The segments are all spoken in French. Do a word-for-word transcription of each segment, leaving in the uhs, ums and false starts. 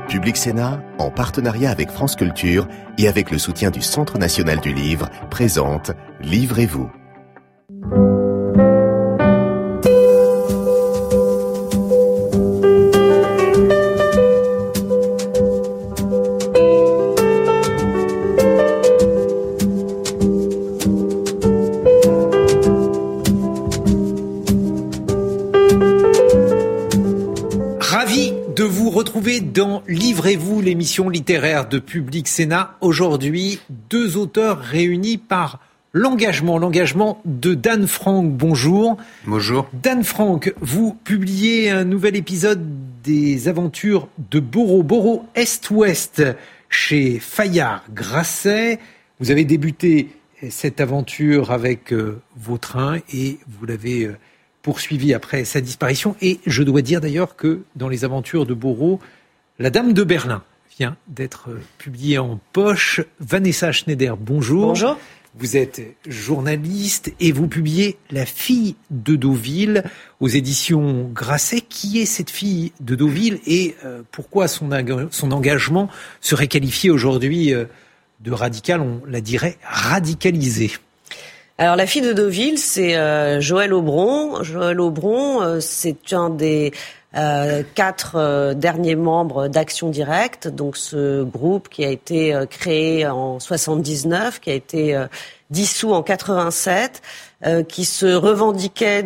Public Sénat, en partenariat avec France Culture et avec le soutien du Centre national du livre, présente Livrez-vous. Retrouvez dans Livrez-vous, l'émission littéraire de Public Sénat. Aujourd'hui, deux auteurs réunis par l'engagement, l'engagement de Dan Frank. Bonjour. Bonjour. Dan Frank, vous publiez un nouvel épisode des aventures de Boro, Boro Est-Ouest, chez Fayard-Grasset. Vous avez débuté cette aventure avec euh, Vautrin et vous l'avez euh, poursuivi après sa disparition. Et je dois dire d'ailleurs que dans les aventures de Boro, La Dame de Berlin vient d'être publiée en poche. Vanessa Schneider, bonjour. Bonjour. Vous êtes journaliste et vous publiez La Fille de Deauville aux éditions Grasset. Qui est cette fille de Deauville et euh, pourquoi son, son engagement serait qualifié aujourd'hui euh, de radical, on la dirait radicalisé? Alors, La Fille de Deauville, c'est euh, Joël Aubron. Joël Aubron, euh, c'est un des euh, quatre euh, derniers membres d'Action Directe, donc ce groupe qui a été euh, créé en soixante-dix-neuf, qui a été euh, dissous en quatre-vingt-sept, euh, qui se revendiquait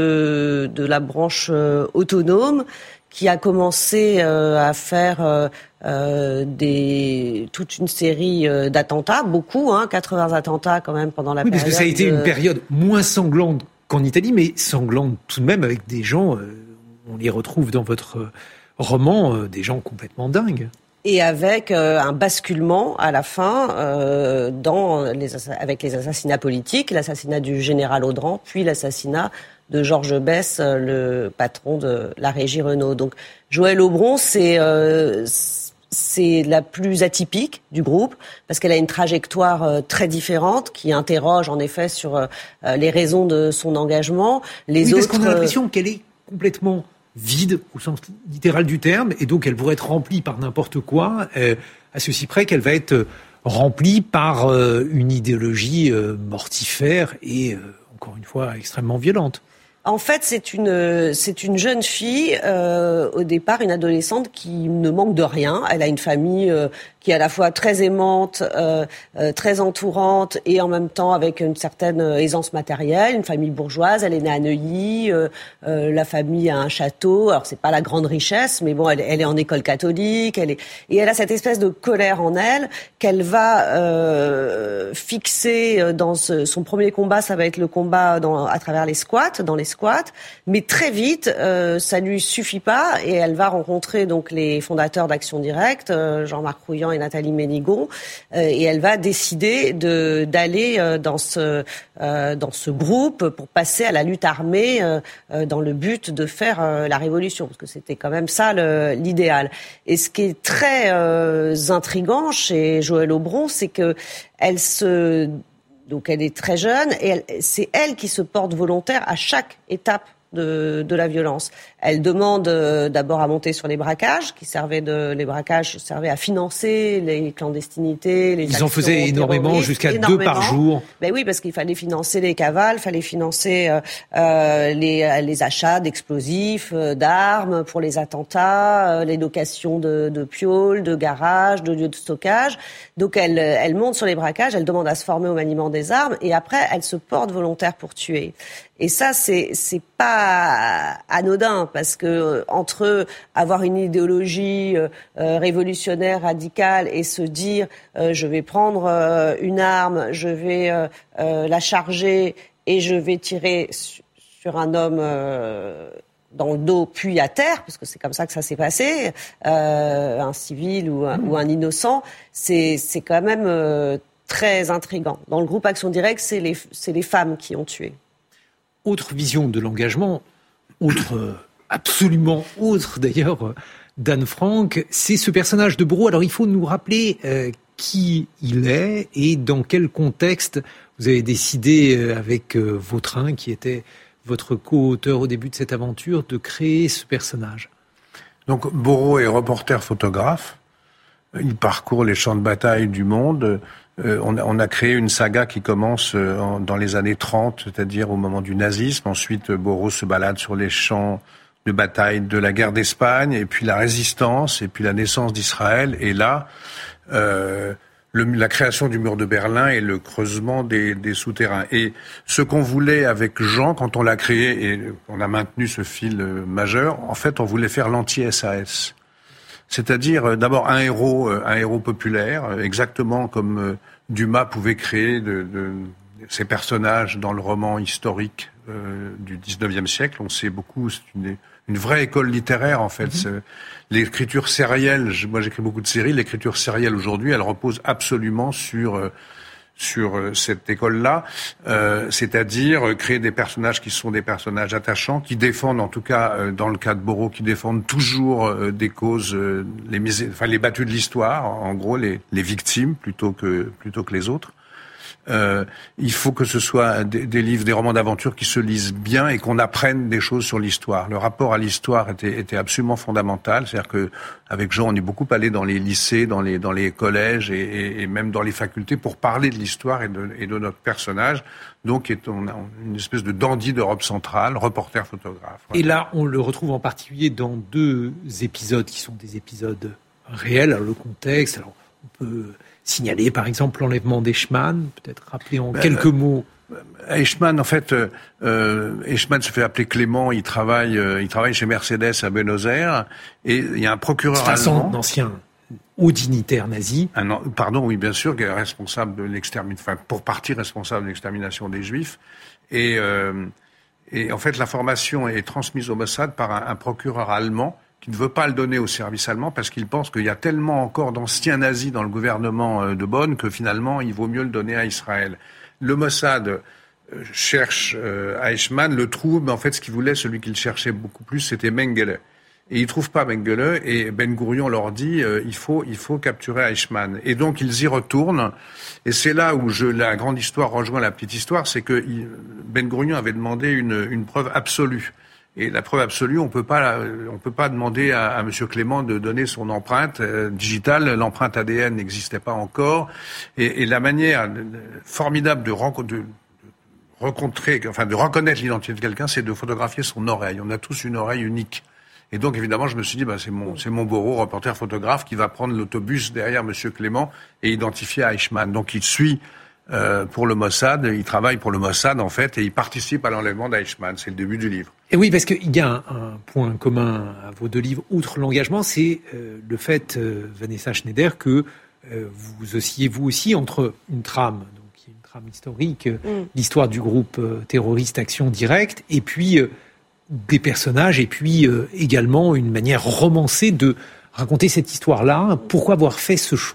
de, de la branche euh, autonome, qui a commencé euh, à faire euh, euh, des toute une série euh, d'attentats, beaucoup, hein, quatre-vingts attentats quand même pendant la oui, période. Oui, parce que ça a été de... une période moins sanglante qu'en Italie, mais sanglante tout de même avec des gens, euh, on les retrouve dans votre roman, euh, des gens complètement dingues. Et avec euh, un basculement à la fin euh, dans les, avec les assassinats politiques, l'assassinat du général Audran, puis l'assassinat de Georges Besse, le patron de la régie Renault. Donc Joël Aubron, c'est euh, c'est la plus atypique du groupe parce qu'elle a une trajectoire euh, très différente qui interroge en effet sur euh, les raisons de son engagement. Les oui, autres, parce qu'on a l'impression qu'elle est complètement vide au sens littéral du terme et donc elle pourrait être remplie par n'importe quoi, euh, à ceci près qu'elle va être remplie par euh, une idéologie euh, mortifère et euh, encore une fois extrêmement violente. En fait, c'est une c'est une jeune fille, euh, au départ une adolescente qui ne manque de rien. Elle a une famille euh, qui est à la fois très aimante, euh, euh, très entourante et en même temps avec une certaine aisance matérielle. Une famille bourgeoise. Elle est née à Neuilly. Euh, euh, la famille a un château. Alors c'est pas la grande richesse, mais bon, elle, elle est en école catholique. Elle est et elle a cette espèce de colère en elle qu'elle va euh, fixer dans ce, son premier combat. Ça va être le combat dans, à travers les squats, dans les squat, mais très vite, euh, ça lui suffit pas et elle va rencontrer donc les fondateurs d'Action Directe, euh, Jean-Marc Rouillant et Nathalie Ménigon, euh, et elle va décider de d'aller euh, dans ce euh, dans ce groupe pour passer à la lutte armée euh, euh, dans le but de faire euh, la révolution, parce que c'était quand même ça le, l'idéal. Et ce qui est très euh, intriguant chez Joël Aubron, c'est que elle se Donc elle est très jeune et elle, c'est elle qui se porte volontaire à chaque étape de, de la violence. Elle demande euh, d'abord à monter sur les braquages, qui servaient de les braquages servaient à financer les clandestinités, les Ils en faisaient énormément, jusqu'à énormément. deux par jour. Ben oui, parce qu'il fallait financer les cavales, il fallait financer euh, euh, les, les achats d'explosifs, euh, d'armes pour les attentats, euh, les locations de, de pioles, de garages, de lieux de stockage. Donc elle, elle monte sur les braquages, elle demande à se former au maniement des armes et après elle se porte volontaire pour tuer. Et ça, c'est c'est pas anodin parce que entre avoir une idéologie euh, révolutionnaire radicale et se dire euh, je vais prendre euh, une arme, je vais euh, euh, la charger et je vais tirer su- sur un homme euh, dans le dos puis à terre, parce que c'est comme ça que ça s'est passé, euh, un civil ou un, mmh. ou un innocent, c'est c'est quand même euh, très intriguant. Dans le groupe Action Directe, c'est les c'est les femmes qui ont tué. Autre vision de l'engagement, autre, euh, absolument autre d'ailleurs, euh, d'Anne Frank, c'est ce personnage de Boro. Alors il faut nous rappeler euh, qui il est et dans quel contexte vous avez décidé euh, avec euh, Vautrin, qui était votre co-auteur au début de cette aventure, de créer ce personnage. Donc Borot est reporter photographe. Il parcourt les champs de bataille du monde. Euh, on, a, on a créé une saga qui commence euh, en, dans les années trente, c'est-à-dire au moment du nazisme. Ensuite, Borot se balade sur les champs de bataille de la guerre d'Espagne, et puis la résistance, et puis la naissance d'Israël. Et là, euh, le, la création du mur de Berlin et le creusement des, des souterrains. Et ce qu'on voulait avec Jean, quand on l'a créé, et on a maintenu ce fil majeur, en fait, on voulait faire l'anti-S A S. C'est-à-dire, euh, d'abord, un héros, euh, un héros populaire, euh, exactement comme euh, Dumas pouvait créer de, de, ces personnages dans le roman historique euh, du dix-neuvième siècle. On sait beaucoup, c'est une, une vraie école littéraire, en fait. Mm-hmm. L'écriture sérielle, moi j'écris beaucoup de séries, l'écriture sérielle aujourd'hui, elle repose absolument sur... Euh, sur cette école-là, euh, c'est-à-dire créer des personnages qui sont des personnages attachants, qui défendent, en tout cas euh, dans le cas de Borot, qui défendent toujours euh, des causes, euh, les, misé- enfin, les battus de l'histoire, en gros les, les victimes plutôt que, plutôt que les autres. Euh, il faut que ce soit des, des livres, des romans d'aventure qui se lisent bien et qu'on apprenne des choses sur l'histoire. Le rapport à l'histoire était, était absolument fondamental. C'est-à-dire que avec Jean, on est beaucoup allé dans les lycées, dans les, dans les collèges et, et, et même dans les facultés pour parler de l'histoire et de, et de notre personnage. Donc, on a une espèce de dandy d'Europe centrale, reporter photographe. Ouais. Et là, on le retrouve en particulier dans deux épisodes qui sont des épisodes réels. Alors, le contexte, alors on peut signaler, par exemple, l'enlèvement d'Eichmann, peut-être rappeler en ben, quelques euh, mots. Eichmann, en fait, euh, Eichmann se fait appeler Clément, il travaille, euh, il travaille chez Mercedes à Buenos Aires, et il y a un procureur allemand... un ancien haut dignitaire nazi. Un, pardon, oui, bien sûr, qui est responsable de l'extermination, enfin, pour partie responsable de l'extermination des Juifs, et, euh, et en fait, l'information est transmise au Mossad par un, un procureur allemand, qui ne veut pas le donner au service allemand parce qu'il pense qu'il y a tellement encore d'anciens nazis dans le gouvernement de Bonn que finalement, il vaut mieux le donner à Israël. Le Mossad cherche Eichmann, le trouve, mais en fait, ce qu'il voulait, celui qu'il cherchait beaucoup plus, c'était Mengele. Et ils ne trouvent pas Mengele, et Ben Gourion leur dit euh, il faut, il faut capturer Eichmann. Et donc, ils y retournent. Et c'est là où je, la grande histoire rejoint la petite histoire, c'est que il, Ben Gourion avait demandé une, une preuve absolue. Et la preuve absolue, on peut pas, on peut pas demander à, à Monsieur Clément de donner son empreinte euh, digitale. L'empreinte A D N n'existait pas encore. Et, et la manière formidable de, renco- de, de rencontrer, enfin de reconnaître l'identité de quelqu'un, c'est de photographier son oreille. On a tous une oreille unique. Et donc évidemment, je me suis dit, bah, c'est mon, c'est mon Borot, reporter photographe, qui va prendre l'autobus derrière Monsieur Clément et identifier Eichmann. Donc il suit. Euh, pour le Mossad, il travaille pour le Mossad en fait, et il participe à l'enlèvement d'Eichmann. C'est le début du livre. Et oui, parce qu'il y a un, un point commun à vos deux livres, outre l'engagement, c'est euh, le fait, euh, Vanessa Schneider, que euh, vous oscillez vous aussi entre une trame, donc qui est une trame historique, euh, mm. l'histoire du groupe euh, terroriste Action Directe, et puis euh, des personnages, et puis euh, également une manière romancée de raconter cette histoire-là. Pourquoi avoir fait ce choix ?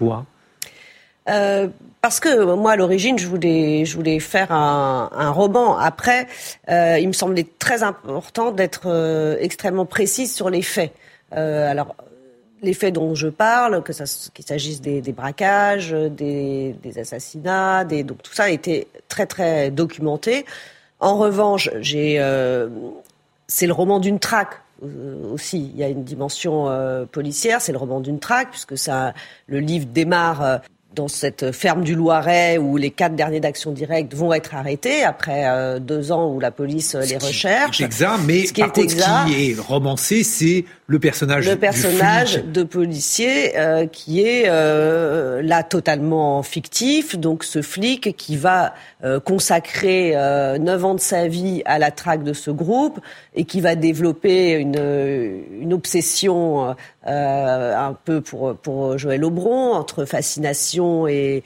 euh... Parce que moi, à l'origine, je voulais, je voulais faire un, un roman. Après, euh, il me semblait très important d'être euh, extrêmement précise sur les faits. Euh, alors, les faits dont je parle, que ça, qu'il s'agisse des, des braquages, des, des assassinats, des, donc tout ça a été très très documenté. En revanche, j'ai, euh, c'est le roman d'une traque. Euh, aussi, il y a une dimension euh, policière. C'est le roman d'une traque, puisque ça, le livre démarre. Euh, dans cette ferme du Loiret où les quatre derniers d'Action Directe vont être arrêtés après euh, deux ans où la police euh, les recherche. C'est exact, mais ce qui par est contre, exact, ce qui est romancé, c'est le personnage le personnage du flic. de policier euh, qui est euh, là totalement fictif. Donc ce flic qui va euh, consacrer euh, neuf ans de sa vie à la traque de ce groupe et qui va développer une, une obsession euh, un peu pour, pour Joël Aubron entre fascination et,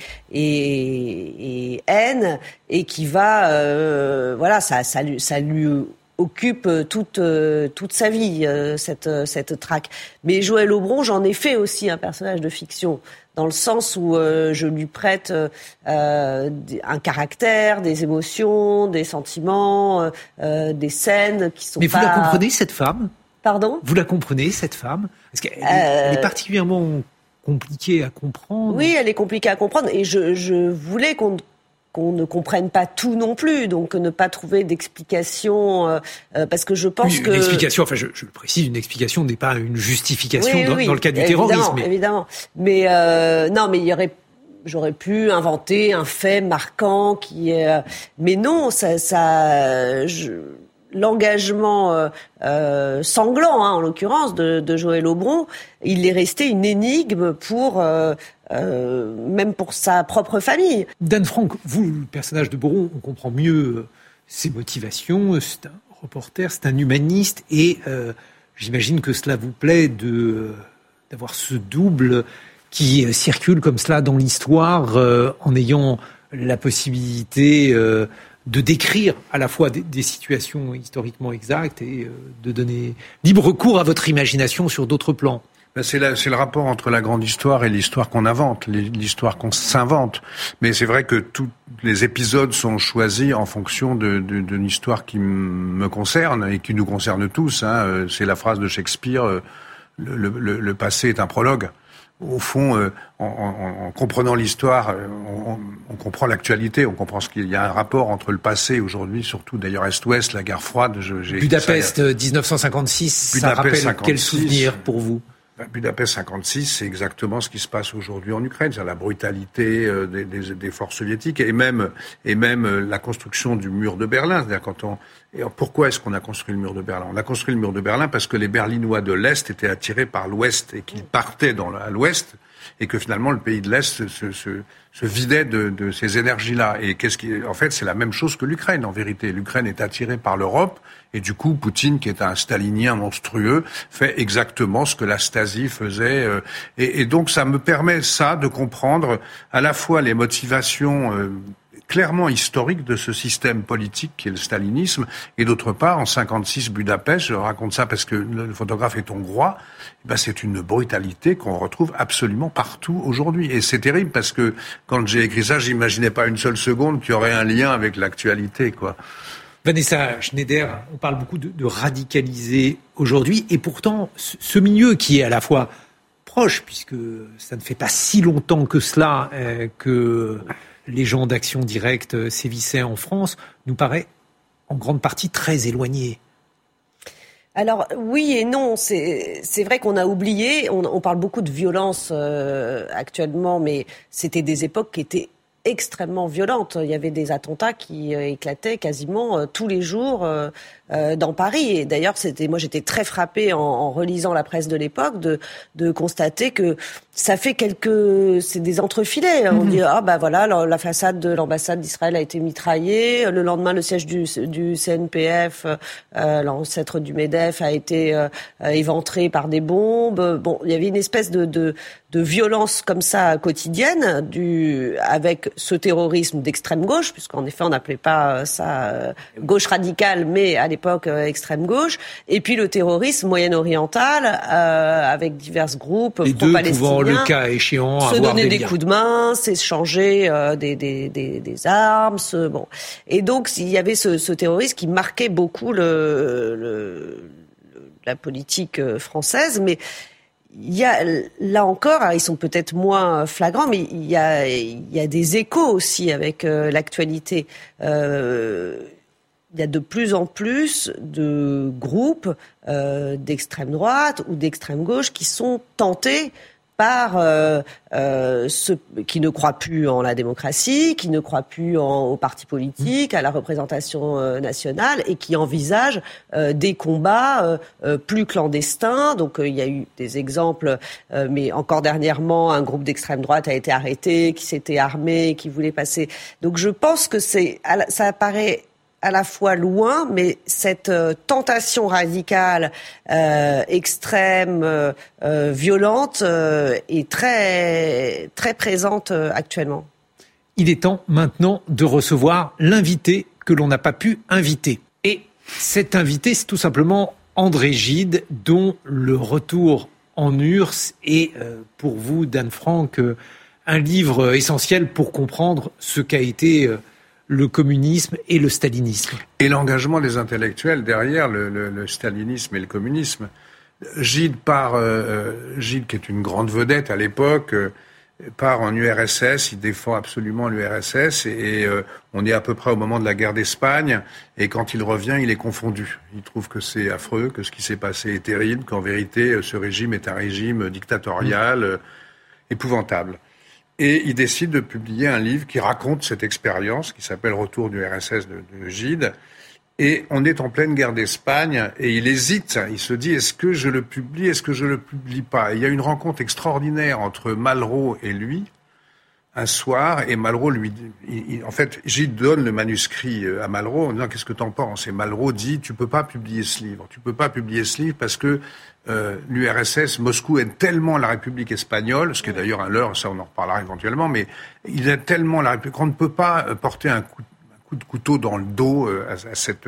et, et haine, et qui va euh, voilà ça, ça lui, ça lui occupe toute toute sa vie cette cette traque. Mais Joël Aubron, j'en ai fait aussi un personnage de fiction, dans le sens où euh, je lui prête euh, un caractère, des émotions, des sentiments, euh, des scènes qui sont. Mais pas... vous la comprenez, cette femme ? Pardon ? Vous la comprenez, cette femme ? Parce qu'elle est, euh... elle est particulièrement compliquée à comprendre. Oui, elle est compliquée à comprendre, et je, je voulais qu'on qu'on ne comprenne pas tout non plus, donc ne pas trouver d'explication, euh, euh, parce que je pense oui, que... Une explication, enfin je, je le précise, une explication n'est pas une justification oui, dans, oui, dans le cas du évidemment, terrorisme. Mais... Évidemment, mais euh, non, mais il y aurait... J'aurais pu inventer un fait marquant qui est... Euh, mais non, ça... ça je... L'engagement euh, euh, sanglant, hein, en l'occurrence, de, de Joël Aubron, il est resté une énigme pour... Euh, Euh, même pour sa propre famille. Dan Franck, vous, le personnage de Boron, on comprend mieux ses motivations. C'est un reporter, c'est un humaniste, et euh, j'imagine que cela vous plaît de, d'avoir ce double qui circule comme cela dans l'histoire, euh, en ayant la possibilité euh, de décrire à la fois des, des situations historiquement exactes et euh, de donner libre cours à votre imagination sur d'autres plans. Ben c'est, la, c'est le rapport entre la grande histoire et l'histoire qu'on invente, l'histoire qu'on s'invente. Mais c'est vrai que tous les épisodes sont choisis en fonction de, de, d'une histoire qui me concerne et qui nous concerne tous. Hein. C'est la phrase de Shakespeare, le, le, le passé est un prologue. Au fond, en, en, en comprenant l'histoire, on, on comprend l'actualité, on comprend ce qu'il y a un rapport entre le passé aujourd'hui, surtout d'ailleurs Est-Ouest, la guerre froide. Je, j'ai Budapest ça, dix-neuf cent cinquante-six, Budapest ça rappelle cinquante-six, quel souvenir pour vous? Budapest cinquante-six, c'est exactement ce qui se passe aujourd'hui en Ukraine, c'est la brutalité euh, des, des, des forces soviétiques et même et même euh, la construction du mur de Berlin. C'est-à-dire quand on et pourquoi est-ce qu'on a construit le mur de Berlin? On a construit le mur de Berlin parce que les Berlinois de l'Est étaient attirés par l'Ouest et qu'ils partaient dans, à l'Ouest et que finalement le pays de l'Est se, se, se, se vidait de, de ces énergies-là. Et qu'est-ce qui, en fait, c'est la même chose que l'Ukraine. En vérité, l'Ukraine est attirée par l'Europe. Et du coup, Poutine, qui est un stalinien monstrueux, fait exactement ce que la Stasi faisait. Et, et donc, ça me permet, ça, de comprendre à la fois les motivations euh, clairement historiques de ce système politique qui est le stalinisme. Et d'autre part, en cinquante-six, Budapest, je raconte ça parce que le photographe est hongrois, ben c'est une brutalité qu'on retrouve absolument partout aujourd'hui. Et c'est terrible parce que quand j'ai écrit ça, j'imaginais pas une seule seconde qu'il y aurait un lien avec l'actualité, quoi. Vanessa Schneider, on parle beaucoup de, de radicaliser aujourd'hui, et pourtant, ce, ce milieu qui est à la fois proche, puisque ça ne fait pas si longtemps que cela euh, que les gens d'Action Directe sévissaient en France, nous paraît en grande partie très éloigné. Alors oui et non, c'est c'est vrai qu'on a oublié, on, on parle beaucoup de violence euh, actuellement, mais c'était des époques qui étaient extrêmement violentes. Il y avait des attentats qui euh, éclataient quasiment euh, tous les jours euh, euh, dans Paris. Et d'ailleurs, c'était, moi, j'étais très frappée en, en relisant la presse de l'époque de, de constater que ça fait quelques, c'est des entrefilets. Mm-hmm. On dit ah bah voilà, la, la façade de l'ambassade d'Israël a été mitraillée. Le lendemain, le siège du, du C N P F, euh, l'ancêtre du MEDEF, a été euh, éventré par des bombes. Bon, il y avait une espèce de, de de violence comme ça quotidienne, du, avec ce terrorisme d'extrême gauche, puisqu'en effet on n'appelait pas ça euh, gauche radicale, mais à l'époque euh, extrême gauche, et puis le terrorisme moyen-oriental, euh, avec divers groupes pro-palestiniens, pouvant, le cas échéant, se avoir donner des, des liens. coups de main, s'échanger euh, des, des, des, des armes, ce, bon. Et donc il y avait ce, ce terrorisme qui marquait beaucoup le, le, la politique française, mais il y a, là encore, ils sont peut-être moins flagrants, mais il y a, il y a des échos aussi avec euh, l'actualité. Euh, il y a de plus en plus de groupes euh, d'extrême droite ou d'extrême gauche qui sont tentés par euh, euh, ceux qui ne croient plus en la démocratie, qui ne croient plus en, aux partis politiques, à la représentation euh, nationale, et qui envisagent euh, des combats euh, euh, plus clandestins. Donc euh, il y a eu des exemples, euh, mais encore dernièrement, un groupe d'extrême droite a été arrêté, qui s'était armé, qui voulait passer. Donc je pense que c'est, ça apparaît à la fois loin, mais cette euh, tentation radicale, euh, extrême, euh, euh, violente, euh, est très, très présente euh, actuellement. Il est temps maintenant de recevoir l'invité que l'on n'a pas pu inviter. Et cet invité, c'est tout simplement André Gide, dont le retour en U R S S est, euh, pour vous, Dan Franck, euh, un livre essentiel pour comprendre ce qu'a été euh, le communisme et le stalinisme. Et l'engagement des intellectuels derrière le, le, le stalinisme et le communisme. Gide, par, euh, Gide, qui est une grande vedette à l'époque, euh, part en U R S S, il défend absolument l'U R S S, et, et euh, on est à peu près au moment de la guerre d'Espagne, et quand il revient, il est confondu. Il trouve que c'est affreux, que ce qui s'est passé est terrible, qu'en vérité, ce régime est un régime dictatorial, mmh. euh, épouvantable. Et il décide de publier un livre qui raconte cette expérience, qui s'appelle « Retour du R S S » de, de Gide. Et on est en pleine guerre d'Espagne, et il hésite. Il se dit, est-ce que je le publie, est-ce que je le publie pas? Et il y a une rencontre extraordinaire entre Malraux et lui, un soir, et Malraux lui il, il, en fait, Gide donne le manuscrit à Malraux en disant, qu'est-ce que t'en penses? Et Malraux dit, tu peux pas publier ce livre. Tu peux pas publier ce livre parce que euh, l'U R S S, Moscou aide tellement la République espagnole, ce qui est d'ailleurs un leurre, ça on en reparlera éventuellement, mais il aide tellement la République qu'on ne peut pas porter un coup de couteau dans le dos à, à, cette,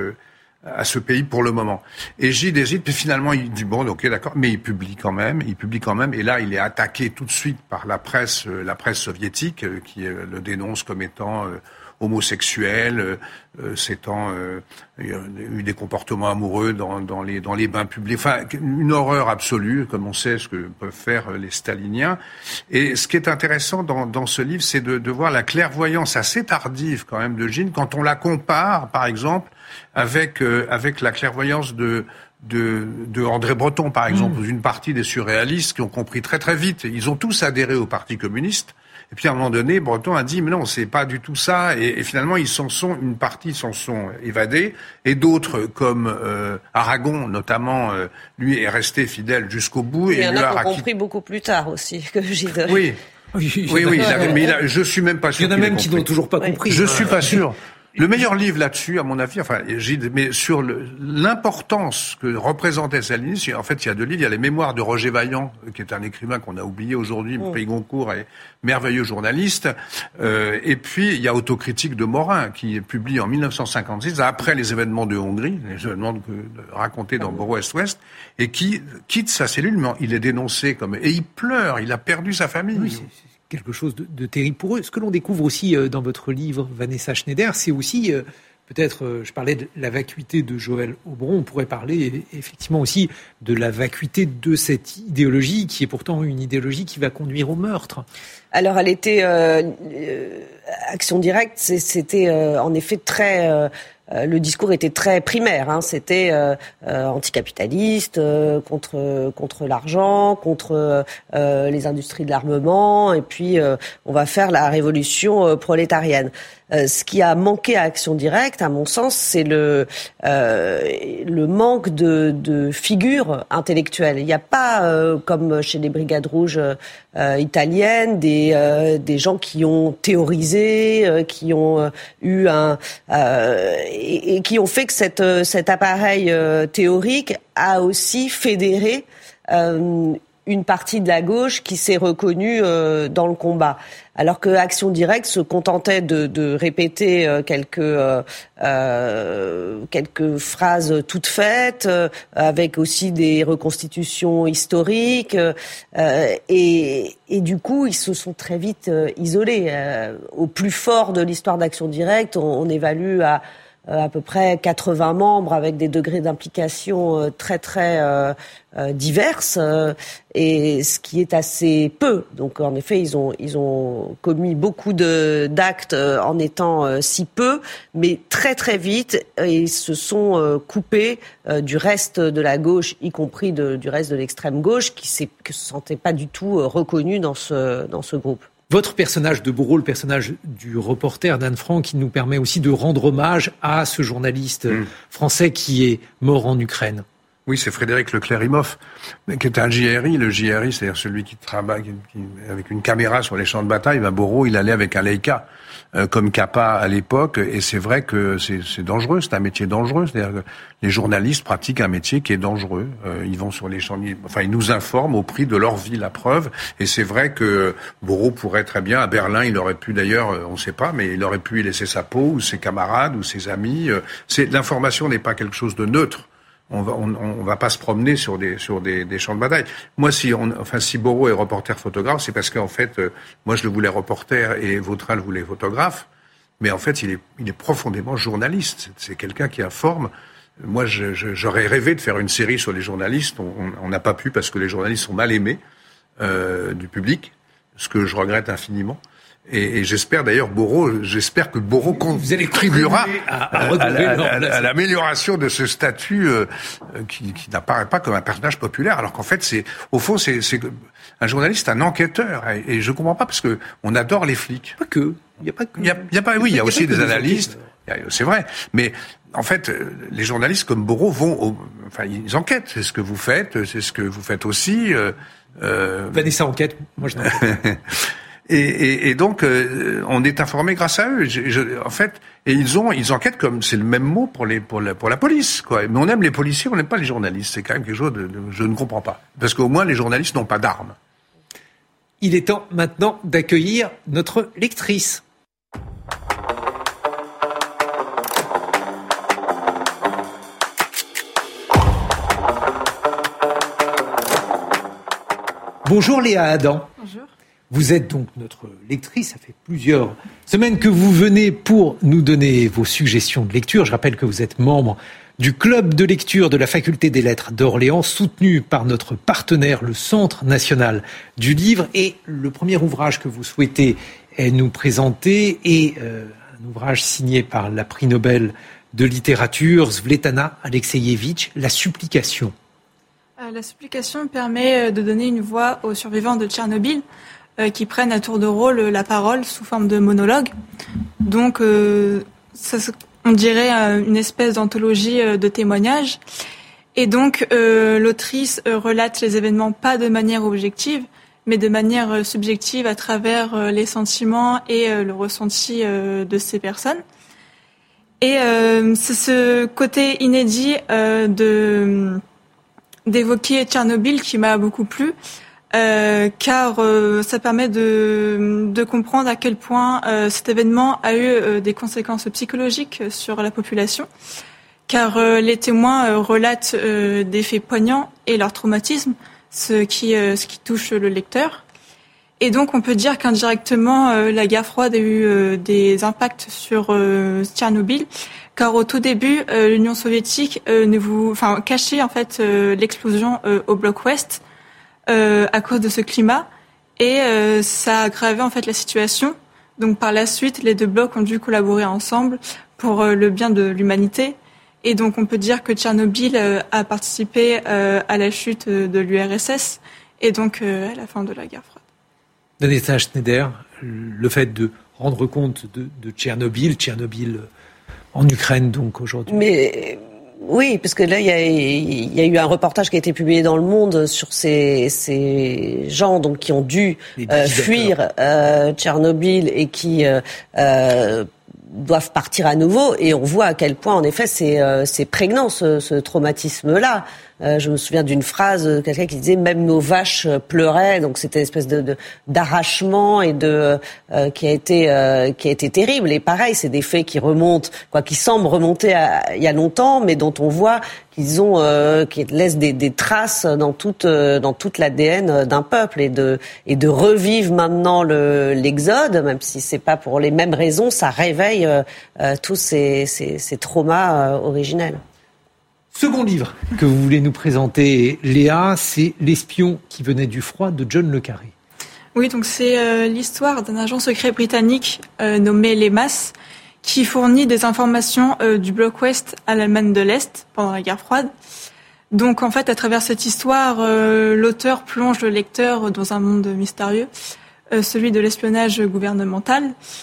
à ce pays pour le moment. Et Gide hésite, puis finalement il dit bon, ok, d'accord, mais il publie quand même, il publie quand même, et là il est attaqué tout de suite par la presse, la presse soviétique qui le dénonce comme étant euh, homosexuel, euh, s'étant euh, eu des comportements amoureux dans, dans les dans les bains publics, enfin une horreur absolue, comme on sait ce que peuvent faire les staliniens. Et ce qui est intéressant dans, dans ce livre, c'est de, de voir la clairvoyance assez tardive quand même de Gide, quand on la compare, par exemple, avec euh, avec la clairvoyance de de, de André Breton, par exemple, mmh. ou une partie des surréalistes qui ont compris très très vite. Ils ont tous adhéré au Parti communiste. Et puis à un moment donné, Breton a dit mais non, c'est pas du tout ça. Et, et finalement, ils s'en sont une partie s'en sont évadés, et d'autres comme euh, Aragon, notamment, euh, lui est resté fidèle jusqu'au bout. Il y et en a qui ont acquis... compris beaucoup plus tard aussi que Gide. Oui, oui, oui. oui il a, mais il a, je suis même pas sûr. Il y en a même qui n'ont toujours pas compris. Je suis pas sûr. Le meilleur livre là-dessus, à mon avis, enfin, Gide, mais sur le, l'importance que représentait Salini, en fait, il y a deux livres. Il y a les Mémoires de Roger Vaillant, qui est un écrivain qu'on a oublié aujourd'hui, mmh. Pays Goncourt, et merveilleux journaliste. Euh, et puis, il y a Autocritique de Morin, qui est publié en dix-neuf cent cinquante-six, après les événements de Hongrie, les événements que, racontés dans Boro Est-Ouest, et qui quitte sa cellule, mais il est dénoncé comme, et il pleure, il a perdu sa famille. Oui, c'est, c'est quelque chose de, de terrible pour eux. Ce que l'on découvre aussi dans votre livre, Vanessa Schneider, c'est aussi, euh, peut-être, euh, je parlais de la vacuité de Joël Aubron, on pourrait parler effectivement aussi de la vacuité de cette idéologie, qui est pourtant une idéologie qui va conduire au meurtre. Alors, elle était... Euh, euh, Action Directe, c'était euh, en effet très... Euh, le discours était très primaire, hein. C'était euh, euh, anticapitaliste, euh, contre contre l'argent, contre euh, les industries de l'armement, et puis euh, on va faire la révolution euh, prolétarienne. Euh, ce qui a manqué à Action Directe, à mon sens, c'est le euh, le manque de, de figures intellectuelles. Il n'y a pas, euh, comme chez les Brigades Rouges euh, italiennes, des euh, des gens qui ont théorisé, euh, qui ont euh, eu un euh, et, et qui ont fait que cette cet appareil euh, théorique a aussi fédéré euh, une partie de la gauche qui s'est reconnue euh, dans le combat. Alors que Action Directe se contentait de, de répéter euh, quelques euh, euh, quelques phrases toutes faites, euh, avec aussi des reconstitutions historiques, euh, et, et du coup ils se sont très vite euh, isolés. Euh, au plus fort de l'histoire d'Action Directe, on, on évalue à à peu près quatre-vingts membres avec des degrés d'implication très très euh, euh, diverses, euh, et ce qui est assez peu. Donc en effet, ils ont ils ont commis beaucoup de d'actes en étant euh, si peu, mais très très vite ils se sont euh, coupés euh, du reste de la gauche, y compris de, du reste de l'extrême gauche, qui s'est, qui se sentait pas du tout euh, reconnu dans ce dans ce groupe. Votre personnage de Bourreau, le personnage du reporter d'Anne Frank, qui nous permet aussi de rendre hommage à ce journaliste mmh. français qui est mort en Ukraine. Oui, c'est Frédéric Leclerimoff, qui est un J R I. Le J R I, c'est-à-dire celui qui travaille qui, qui, avec une caméra sur les champs de bataille. Ben, Bourreau, il allait avec un Leica, euh, comme Capa à l'époque. Et c'est vrai que c'est, c'est dangereux, c'est un métier dangereux. C'est-à-dire que les journalistes pratiquent un métier qui est dangereux. Euh, ils vont sur les champs, enfin, ils nous informent au prix de leur vie, la preuve. Et c'est vrai que Bourreau pourrait très bien, à Berlin, il aurait pu d'ailleurs, on ne sait pas, mais il aurait pu y laisser sa peau, ou ses camarades, ou ses amis. C'est, l'information n'est pas quelque chose de neutre. On va, on, on va pas se promener sur des, sur des, des champs de bataille. Moi, si on, enfin, si Bourreau est reporter photographe, c'est parce qu'en fait, euh, moi, je le voulais reporter et Vautrin le voulait photographe. Mais en fait, il est, il est profondément journaliste. C'est quelqu'un qui informe. Moi, je, je, j'aurais rêvé de faire une série sur les journalistes. On n'a pas pu parce que les journalistes sont mal aimés, euh, du public. ce que je regrette infiniment. Et, et j'espère d'ailleurs, Borot, j'espère que Borot contribuera à, à, à, à, à, à l'amélioration de ce statut euh, qui, qui n'apparaît pas comme un personnage populaire, alors qu'en fait, c'est, au fond, c'est, c'est un journaliste, un enquêteur. Et, et je comprends pas parce que on adore les flics. Pas que. Il y a pas que. Il y a, il y a pas. Oui, il y a aussi des analystes. C'est vrai. Mais en fait, les journalistes comme Borot vont, au, enfin, ils enquêtent. C'est ce que vous faites. C'est ce que vous faites aussi. Euh, euh... Vanessa enquête. Moi, je n'enquête. Et, et, et donc, euh, on est informé grâce à eux. Je, je, en fait, et ils ont, ils enquêtent comme c'est le même mot pour les, pour la, pour la police, quoi. Mais on aime les policiers, on n'aime pas les journalistes. C'est quand même quelque chose de, de je ne comprends pas. Parce qu'au moins, les journalistes n'ont pas d'armes. Il est temps maintenant d'accueillir notre lectrice. Bonjour Léa Adam. Bonjour. Vous êtes donc notre lectrice, ça fait plusieurs semaines que vous venez pour nous donner vos suggestions de lecture. Je rappelle que vous êtes membre du club de lecture de la Faculté des Lettres d'Orléans, soutenu par notre partenaire, le Centre national du livre. Et le premier ouvrage que vous souhaitez nous présenter est euh, un ouvrage signé par la prix Nobel de littérature, Svetlana Alexievitch, La supplication. Euh, la supplication permet de donner une voix aux survivants de Tchernobyl, Euh, qui prennent à tour de rôle la parole sous forme de monologue. Donc, euh, ça, on dirait euh, une espèce d'anthologie euh, de témoignages. Et donc, euh, l'autrice euh, relate les événements pas de manière objective, mais de manière euh, subjective à travers euh, les sentiments et euh, le ressenti euh, de ces personnes. Et euh, c'est ce côté inédit euh, de, d'évoquer Tchernobyl qui m'a beaucoup plu. Euh, car euh, ça permet de, de comprendre à quel point euh, cet événement a eu euh, des conséquences psychologiques sur la population, car euh, les témoins euh, relatent euh, des faits poignants et leur traumatisme, ce qui, euh, ce qui touche le lecteur. Et donc on peut dire qu'indirectement, euh, la guerre froide a eu euh, des impacts sur euh, Tchernobyl, car au tout début, euh, l'Union soviétique euh, ne vous, enfin, cachait en fait euh, l'explosion euh, au bloc ouest, Euh, à cause de ce climat, et euh, ça a aggravé en fait la situation. Donc par la suite, les deux blocs ont dû collaborer ensemble pour euh, le bien de l'humanité. Et donc on peut dire que Tchernobyl euh, a participé euh, à la chute de l'U R S S et donc euh, à la fin de la guerre froide. Vanessa Schneider, le fait de rendre compte de, de Tchernobyl, Tchernobyl en Ukraine donc aujourd'hui. Mais oui, parce que là, il y a, il y a eu un reportage qui a été publié dans Le Monde sur ces, ces gens donc qui ont dû euh, fuir euh, Tchernobyl et qui euh, euh, doivent partir à nouveau. Et on voit à quel point, en effet, c'est, euh, c'est prégnant ce, ce traumatisme-là. Euh, je me souviens d'une phrase, euh, quelqu'un qui disait même nos vaches pleuraient, donc c'était une espèce de, de d'arrachement et de euh, qui a été euh, qui a été terrible. Et pareil, c'est des faits qui remontent, quoi, qui semblent remonter à, il y a longtemps, mais dont on voit qu'ils ont euh, qui laissent des, des traces dans toute euh, dans toute l'A D N d'un peuple et de et de revivre maintenant le l'exode, même si c'est pas pour les mêmes raisons, ça réveille euh, euh, tous ces ces, ces traumas euh, originels. Second livre que vous voulez nous présenter, Léa, c'est L'espion qui venait du froid de John le Carré. Oui, donc c'est euh, l'histoire d'un agent secret britannique euh, nommé Lemas qui fournit des informations euh, du bloc ouest à l'Allemagne de l'Est pendant la guerre froide. Donc en fait, à travers cette histoire, euh, l'auteur plonge le lecteur dans un monde mystérieux, euh, celui de l'espionnage gouvernemental.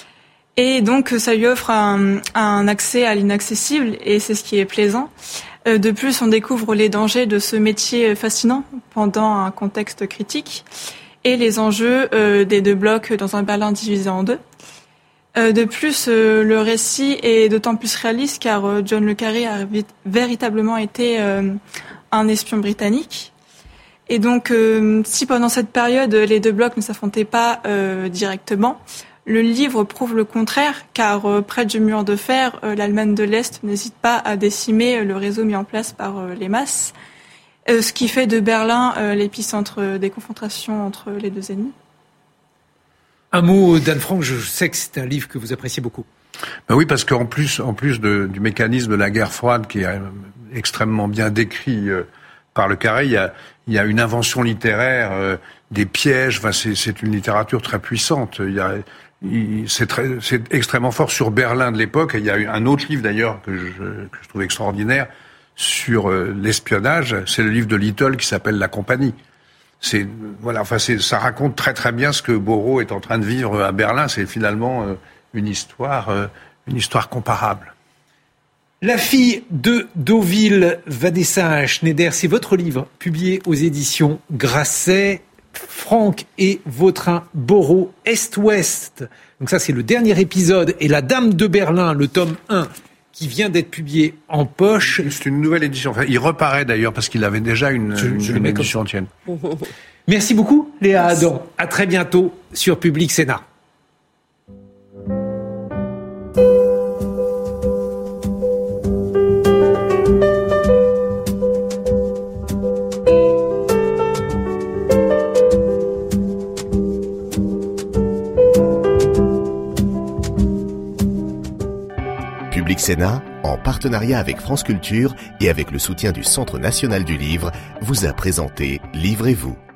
Et donc ça lui offre un, un accès à l'inaccessible et c'est ce qui est plaisant. De plus, on découvre les dangers de ce métier fascinant pendant un contexte critique et les enjeux des deux blocs dans un Berlin divisé en deux. De plus, le récit est d'autant plus réaliste car John le Carré a véritablement été un espion britannique. Et donc, si pendant cette période, les deux blocs ne s'affrontaient pas directement, le livre prouve le contraire, car euh, près du mur de fer, euh, l'Allemagne de l'Est n'hésite pas à décimer euh, le réseau mis en place par euh, les masses, euh, ce qui fait de Berlin euh, l'épicentre euh, des confrontations entre les deux ennemis. Un mot d'Anne Frank, je sais que c'est un livre que vous appréciez beaucoup. Ben oui, parce qu'en plus, en plus de, du mécanisme de la guerre froide qui est extrêmement bien décrit euh, par le Carré, il y a, il y a une invention littéraire euh, des pièges. Enfin, c'est, c'est une littérature très puissante. Il y a, il, c'est, très, c'est extrêmement fort sur Berlin de l'époque. Et il y a eu un autre livre d'ailleurs que je, que je trouve extraordinaire sur euh, l'espionnage. C'est le livre de Little qui s'appelle La Compagnie. C'est voilà, enfin, c'est, ça raconte très très bien ce que Borrow est en train de vivre à Berlin. C'est finalement euh, une histoire, euh, une histoire comparable. La fille de Deauville, Vanessa Schneider, c'est votre livre publié aux éditions Grasset. Franck et Vautrin, Borrow, Est-Ouest. Donc ça, c'est le dernier épisode. Et La Dame de Berlin, le tome un, qui vient d'être publié en poche. C'est une nouvelle édition. Enfin, il reparaît d'ailleurs parce qu'il avait déjà une, je, une, je une édition ancienne. Merci beaucoup, Léa Adam. À très bientôt sur Public Sénat. Public Sénat, en partenariat avec France Culture et avec le soutien du Centre national du livre, vous a présenté Livrez-vous.